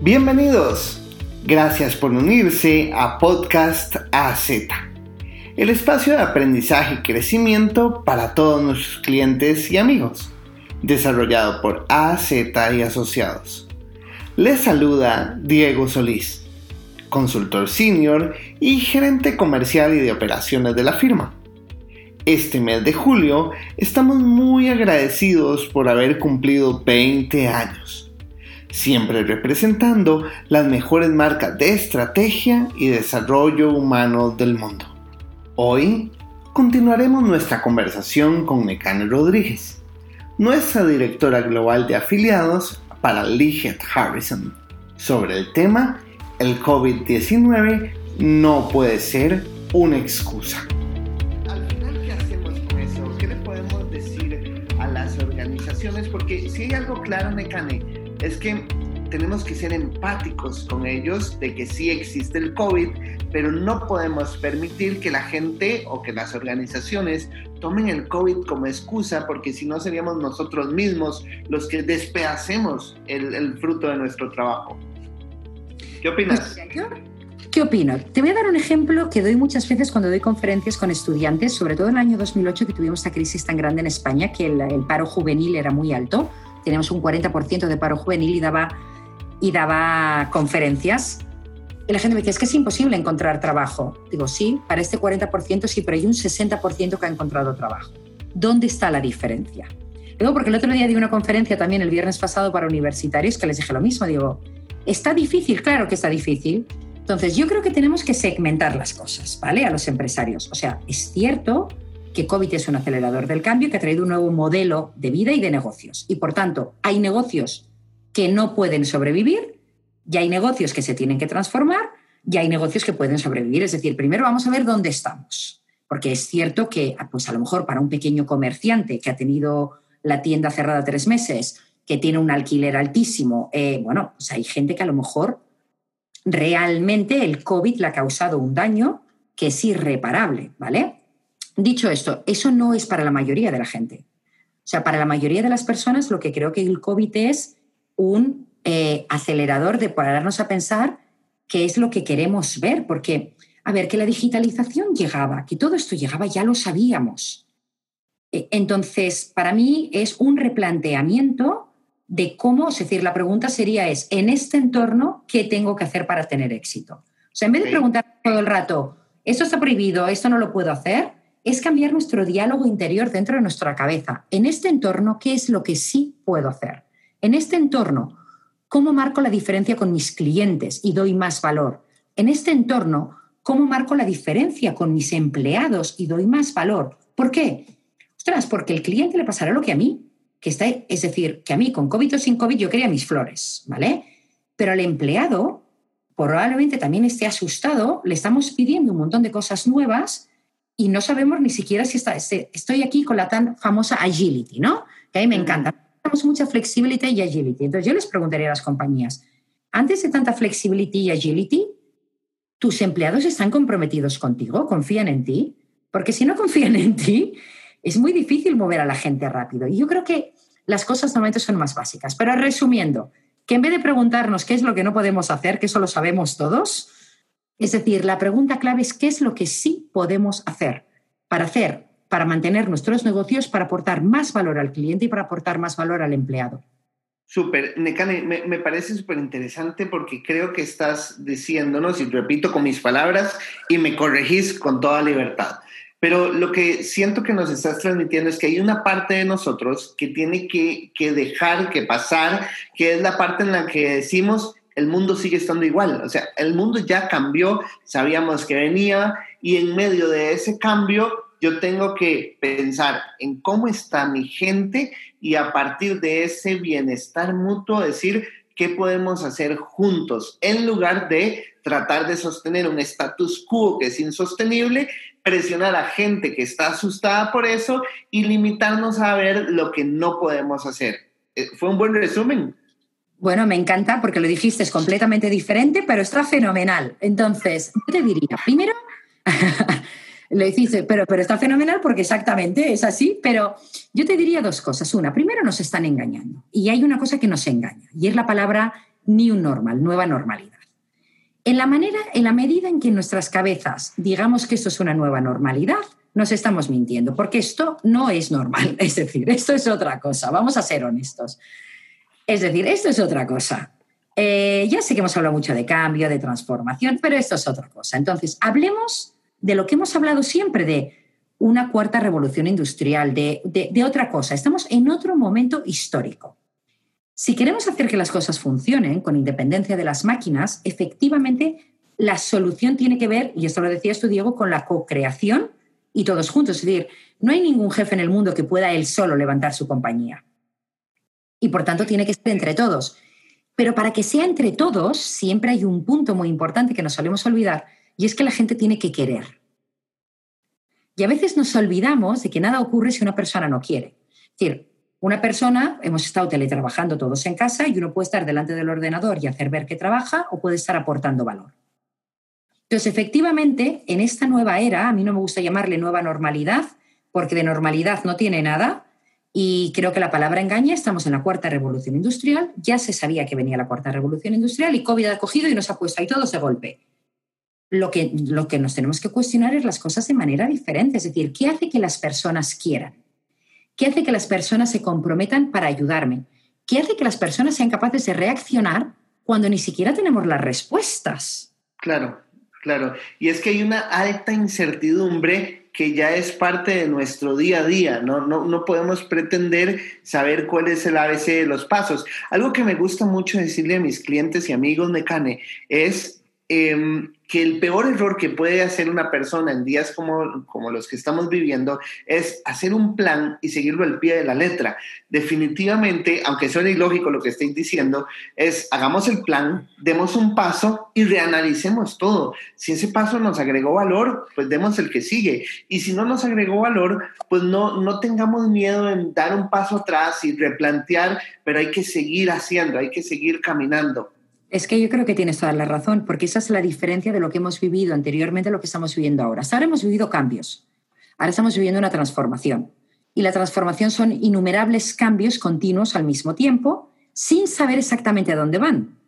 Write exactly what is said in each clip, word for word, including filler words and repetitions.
Bienvenidos. Gracias por unirse a Podcast A Z, el espacio de aprendizaje y crecimiento para todos nuestros clientes y amigos, desarrollado por A Z y Asociados. Les saluda Diego Solís, consultor senior y gerente comercial y de operaciones de la firma. Este mes de julio estamos muy agradecidos por haber cumplido veinte años, siempre representando las mejores marcas de estrategia y desarrollo humano del mundo. Hoy continuaremos nuestra conversación con Nekane Rodríguez, nuestra directora global de afiliados para Liggett Harrison, sobre el tema el COVID diecinueve no puede ser una excusa. Al final, ¿qué hacemos con eso? ¿Qué le podemos decir a las organizaciones? Porque si hay algo claro, Nekane, es que tenemos que ser empáticos con ellos de que sí existe el COVID, pero no podemos permitir que la gente o que las organizaciones tomen el COVID como excusa, porque si no seríamos nosotros mismos los que despedacemos el, el fruto de nuestro trabajo. ¿Qué opinas? ¿Qué opino? Te voy a dar un ejemplo que doy muchas veces cuando doy conferencias con estudiantes, sobre todo en el año dos mil ocho, que tuvimos esta crisis tan grande en España, que el, el paro juvenil era muy alto. Teníamos un cuarenta por ciento de paro juvenil y daba, y daba conferencias. Y la gente me dice, es que es imposible encontrar trabajo. Digo, sí, para este cuarenta por ciento sí, pero hay un sesenta por ciento que ha encontrado trabajo. ¿Dónde está la diferencia? Luego, porque el otro día di una conferencia también el viernes pasado para universitarios que les dije lo mismo. Digo, ¿está difícil? Claro que está difícil. Entonces, yo creo que tenemos que segmentar las cosas, ¿vale? A los empresarios. O sea, es cierto que COVID es un acelerador del cambio que ha traído un nuevo modelo de vida y de negocios. Y, por tanto, hay negocios que no pueden sobrevivir, y hay negocios que se tienen que transformar, y hay negocios que pueden sobrevivir. Es decir, primero vamos a ver dónde estamos. Porque es cierto que, pues a lo mejor para un pequeño comerciante que ha tenido la tienda cerrada tres meses, que tiene un alquiler altísimo, eh, bueno, pues hay gente que a lo mejor realmente el COVID le ha causado un daño que es irreparable, ¿vale? Dicho esto, eso no es para la mayoría de la gente. O sea, para la mayoría de las personas lo que creo que el COVID es un eh, acelerador de pararnos a pensar qué es lo que queremos ver, porque, a ver, que la digitalización llegaba, que todo esto llegaba, ya lo sabíamos. Eh, entonces, para mí es un replanteamiento de cómo, es decir, la pregunta sería es, en este entorno, ¿qué tengo que hacer para tener éxito? O sea, en vez de preguntar todo el rato, esto está prohibido, esto no lo puedo hacer, es cambiar nuestro diálogo interior dentro de nuestra cabeza. En este entorno, ¿qué es lo que sí puedo hacer? En este entorno, ¿cómo marco la diferencia con mis clientes y doy más valor? En este entorno, ¿cómo marco la diferencia con mis empleados y doy más valor? ¿Por qué? Ostras, porque al cliente le pasará lo que a mí. Que está, es decir, que a mí con COVID o sin COVID yo quería mis flores, ¿vale? Pero al empleado probablemente también esté asustado, le estamos pidiendo un montón de cosas nuevas y no sabemos ni siquiera si está, estoy aquí con la tan famosa agility, ¿no? Que a mí me encanta. Tenemos mucha flexibilidad y agility. Entonces yo les preguntaría a las compañías, antes de tanta flexibility y agility, ¿tus empleados están comprometidos contigo? ¿Confían en ti? Porque si no confían en ti, es muy difícil mover a la gente rápido. Y yo creo que las cosas normalmente son más básicas. Pero resumiendo, que en vez de preguntarnos qué es lo que no podemos hacer, que eso lo sabemos todos, es decir, la pregunta clave es qué es lo que sí podemos hacer para hacer, para mantener nuestros negocios, para aportar más valor al cliente y para aportar más valor al empleado. Súper, Nekane, me, me parece súper interesante porque creo que estás diciéndonos, y repito con mis palabras, y me corregís con toda libertad. Pero lo que siento que nos estás transmitiendo es que hay una parte de nosotros que tiene que, que dejar, que pasar, que es la parte en la que decimos el mundo sigue estando igual. O sea, el mundo ya cambió, sabíamos que venía y en medio de ese cambio yo tengo que pensar en cómo está mi gente y a partir de ese bienestar mutuo decir qué podemos hacer juntos en lugar de tratar de sostener un status quo que es insostenible, presionar a gente que está asustada por eso y limitarnos a ver lo que no podemos hacer. ¿Fue un buen resumen? Bueno, me encanta porque lo dijiste, es completamente diferente, pero está fenomenal. Entonces, yo te diría, primero, lo hiciste, pero, pero está fenomenal porque exactamente es así, pero yo te diría dos cosas. Una, primero nos están engañando y hay una cosa que nos engaña y es la palabra new normal, nueva normalidad. En la, manera, en la medida en que en nuestras cabezas digamos que esto es una nueva normalidad, nos estamos mintiendo, porque esto no es normal. Es decir, esto es otra cosa. Vamos a ser honestos. Es decir, esto es otra cosa. Eh, ya sé que hemos hablado mucho de cambio, de transformación, pero esto es otra cosa. Entonces, hablemos de lo que hemos hablado siempre, de una cuarta revolución industrial, de, de, de otra cosa. Estamos en otro momento histórico. Si queremos hacer que las cosas funcionen con independencia de las máquinas, efectivamente la solución tiene que ver, y esto lo decías tú, Diego, con la co-creación y todos juntos. Es decir, no hay ningún jefe en el mundo que pueda él solo levantar su compañía. Y por tanto tiene que ser entre todos. Pero para que sea entre todos, siempre hay un punto muy importante que nos solemos olvidar, y es que la gente tiene que querer. Y a veces nos olvidamos de que nada ocurre si una persona no quiere. Es decir, una persona, hemos estado teletrabajando todos en casa y uno puede estar delante del ordenador y hacer ver que trabaja o puede estar aportando valor. Entonces, efectivamente, en esta nueva era, a mí no me gusta llamarle nueva normalidad, porque de normalidad no tiene nada, y creo que la palabra engaña. Estamos en la cuarta revolución industrial, ya se sabía que venía la cuarta revolución industrial y COVID ha cogido y nos ha puesto ahí todos de golpe. Lo que, lo que nos tenemos que cuestionar es las cosas de manera diferente, es decir, ¿qué hace que las personas quieran? ¿Qué hace que las personas se comprometan para ayudarme? ¿Qué hace que las personas sean capaces de reaccionar cuando ni siquiera tenemos las respuestas? Claro, claro. Y es que hay una alta incertidumbre que ya es parte de nuestro día a día. No, no, no podemos pretender saber cuál es el A B C de los pasos. Algo que me gusta mucho decirle a mis clientes y amigos Mecane es eh, que el peor error que puede hacer una persona en días como, como los que estamos viviendo es hacer un plan y seguirlo al pie de la letra. Definitivamente, aunque suene ilógico lo que estoy diciendo, es hagamos el plan, demos un paso y reanalicemos todo. Si ese paso nos agregó valor, pues demos el que sigue. Y si no nos agregó valor, pues no, no tengamos miedo en dar un paso atrás y replantear, pero hay que seguir haciendo, hay que seguir caminando. Es que yo creo que tienes toda la razón, porque esa es la diferencia de lo que hemos vivido anteriormente a lo que estamos viviendo ahora. Hasta ahora hemos vivido cambios, ahora estamos viviendo una transformación. Y la transformación son innumerables cambios continuos al mismo tiempo, sin saber exactamente a dónde van.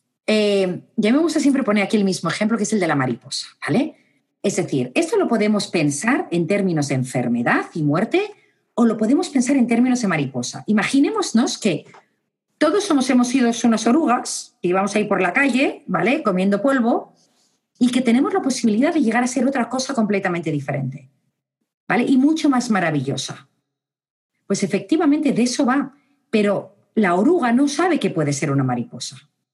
Eh, ya me gusta siempre poner aquí el mismo ejemplo, que es el de la mariposa, ¿vale? Es decir, esto lo podemos pensar en términos de enfermedad y muerte, o lo podemos pensar en términos de mariposa. Imaginémonos que todos somos, hemos sido unas orugas y vamos a ir por la calle, ¿vale?, comiendo polvo, y que tenemos la posibilidad de llegar a ser otra cosa completamente diferente, ¿vale?, y mucho más maravillosa. Pues efectivamente de eso va, pero la oruga no sabe que puede ser una mariposa.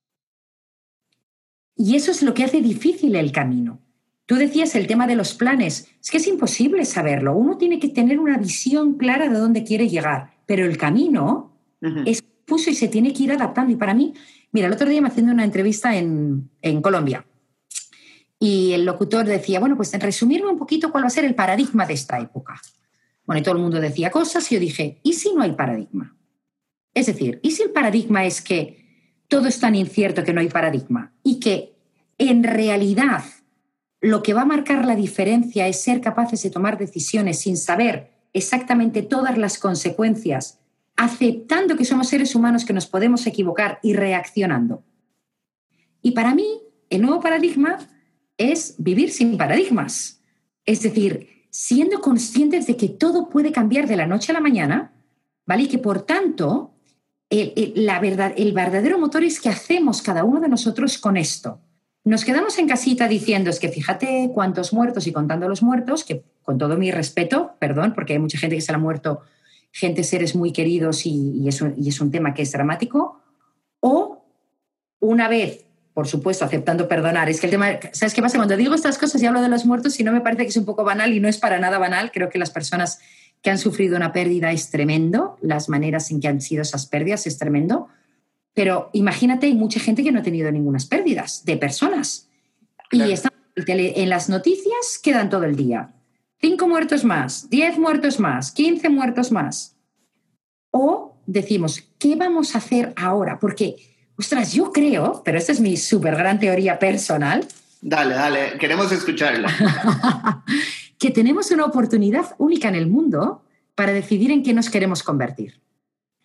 Y eso es lo que hace difícil el camino. Tú decías el tema de los planes. Es que es imposible saberlo. Uno tiene que tener una visión clara de dónde quiere llegar, pero el camino uh-huh. es puso y se tiene que ir adaptando. Y para mí, mira, el otro día me haciendo una entrevista en, en Colombia y el locutor decía, bueno, pues en resumirme un poquito cuál va a ser el paradigma de esta época. Bueno, y todo el mundo decía cosas y yo dije, ¿y si no hay paradigma? Es decir, ¿y si el paradigma es que todo es tan incierto que no hay paradigma? Y que en realidad lo que va a marcar la diferencia es ser capaces de tomar decisiones sin saber exactamente todas las consecuencias, aceptando que somos seres humanos que nos podemos equivocar y reaccionando. Y para mí, el nuevo paradigma es vivir sin paradigmas. Es decir, siendo conscientes de que todo puede cambiar de la noche a la mañana, ¿vale? Y que, por tanto, el, el, la verdad, el verdadero motor es qué hacemos cada uno de nosotros con esto. Nos quedamos en casita diciendo, es que fíjate cuántos muertos y contando los muertos, que con todo mi respeto, perdón, porque hay mucha gente que se le ha muerto, gente, seres muy queridos y, y, es un, y es un tema que es dramático, o una vez, por supuesto, aceptando perdonar. Es que el tema, ¿sabes qué pasa? Cuando digo estas cosas y hablo de los muertos, si no me parece que es un poco banal y no es para nada banal, creo que las personas que han sufrido una pérdida es tremendo, las maneras en que han sido esas pérdidas es tremendo, pero imagínate, hay mucha gente que no ha tenido ninguna pérdidas de personas. Claro. Y están en las noticias, quedan todo el día. Cinco muertos más, diez muertos más, quince muertos más. O decimos, ¿qué vamos a hacer ahora? Porque, ostras, yo creo, pero esta es mi súper gran teoría personal. Dale, dale, queremos escucharla. Que tenemos una oportunidad única en el mundo para decidir en qué nos queremos convertir.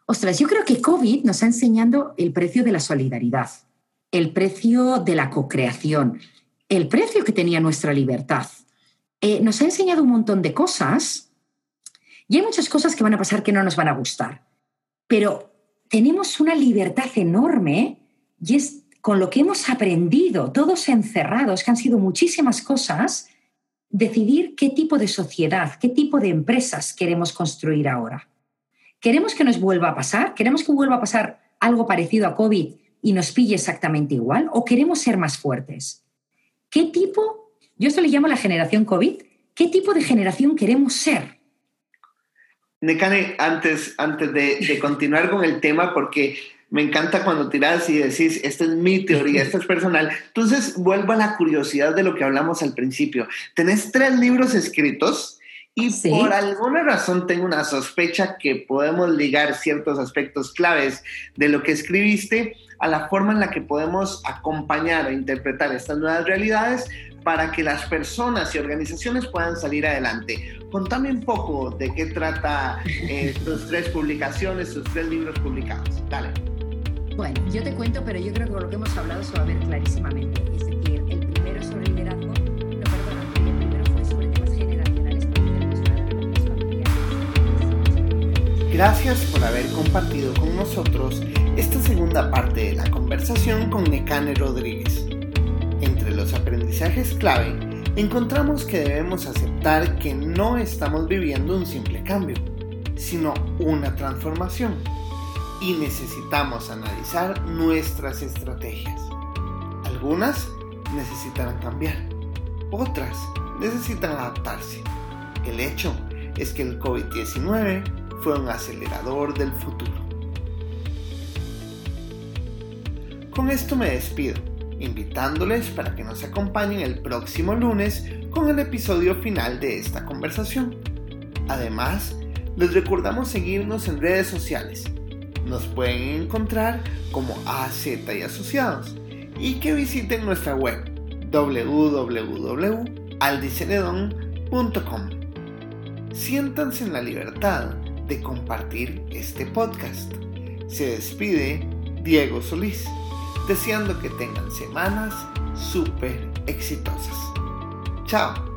Ostras, yo creo que COVID nos ha enseñado el precio de la solidaridad, el precio de la cocreación, el precio que tenía nuestra libertad. Eh, nos ha enseñado un montón de cosas y hay muchas cosas que van a pasar que no nos van a gustar. Pero tenemos una libertad enorme y es con lo que hemos aprendido, todos encerrados, que han sido muchísimas cosas, decidir qué tipo de sociedad, qué tipo de empresas queremos construir ahora. ¿Queremos que nos vuelva a pasar? ¿Queremos que vuelva a pasar algo parecido a COVID y nos pille exactamente igual? ¿O queremos ser más fuertes? ¿Qué tipo, yo esto le llamo la generación COVID, qué tipo de generación queremos ser? Nekane, antes, antes de, de continuar con el tema, porque me encanta cuando tiras y decís, esta es mi teoría, esta es personal. Entonces, vuelvo a la curiosidad de lo que hablamos al principio. Tenés tres libros escritos y ¿sí? Por alguna razón tengo una sospecha que podemos ligar ciertos aspectos claves de lo que escribiste a la forma en la que podemos acompañar o interpretar estas nuevas realidades para que las personas y organizaciones puedan salir adelante. Contame un poco de qué trata eh, tus tres publicaciones, tus tres libros publicados. Dale. Bueno, yo te cuento, pero yo creo que con lo que hemos hablado se va a ver clarísimamente. Es decir, el primero sobre liderazgo, no, perdón, el primero fue sobre temas generacionales, Gracias por haber compartido con nosotros esta segunda parte de la conversación con Nekane Rodríguez. Entre los aprendizajes clave, encontramos que debemos aceptar que no estamos viviendo un simple cambio, sino una transformación. Y necesitamos analizar nuestras estrategias. Algunas necesitarán cambiar, otras necesitan adaptarse. El hecho es que el COVID diecinueve fue un acelerador del futuro. Con esto me despido, invitándoles para que nos acompañen el próximo lunes con el episodio final de esta conversación. Además, les recordamos seguirnos en redes sociales. Nos pueden encontrar como A Z y Asociados y que visiten nuestra web doble u doble u doble u punto aldicenedon punto com. Siéntanse en la libertad de compartir este podcast. Se despide Diego Solís, deseando que tengan semanas súper exitosas. Chao.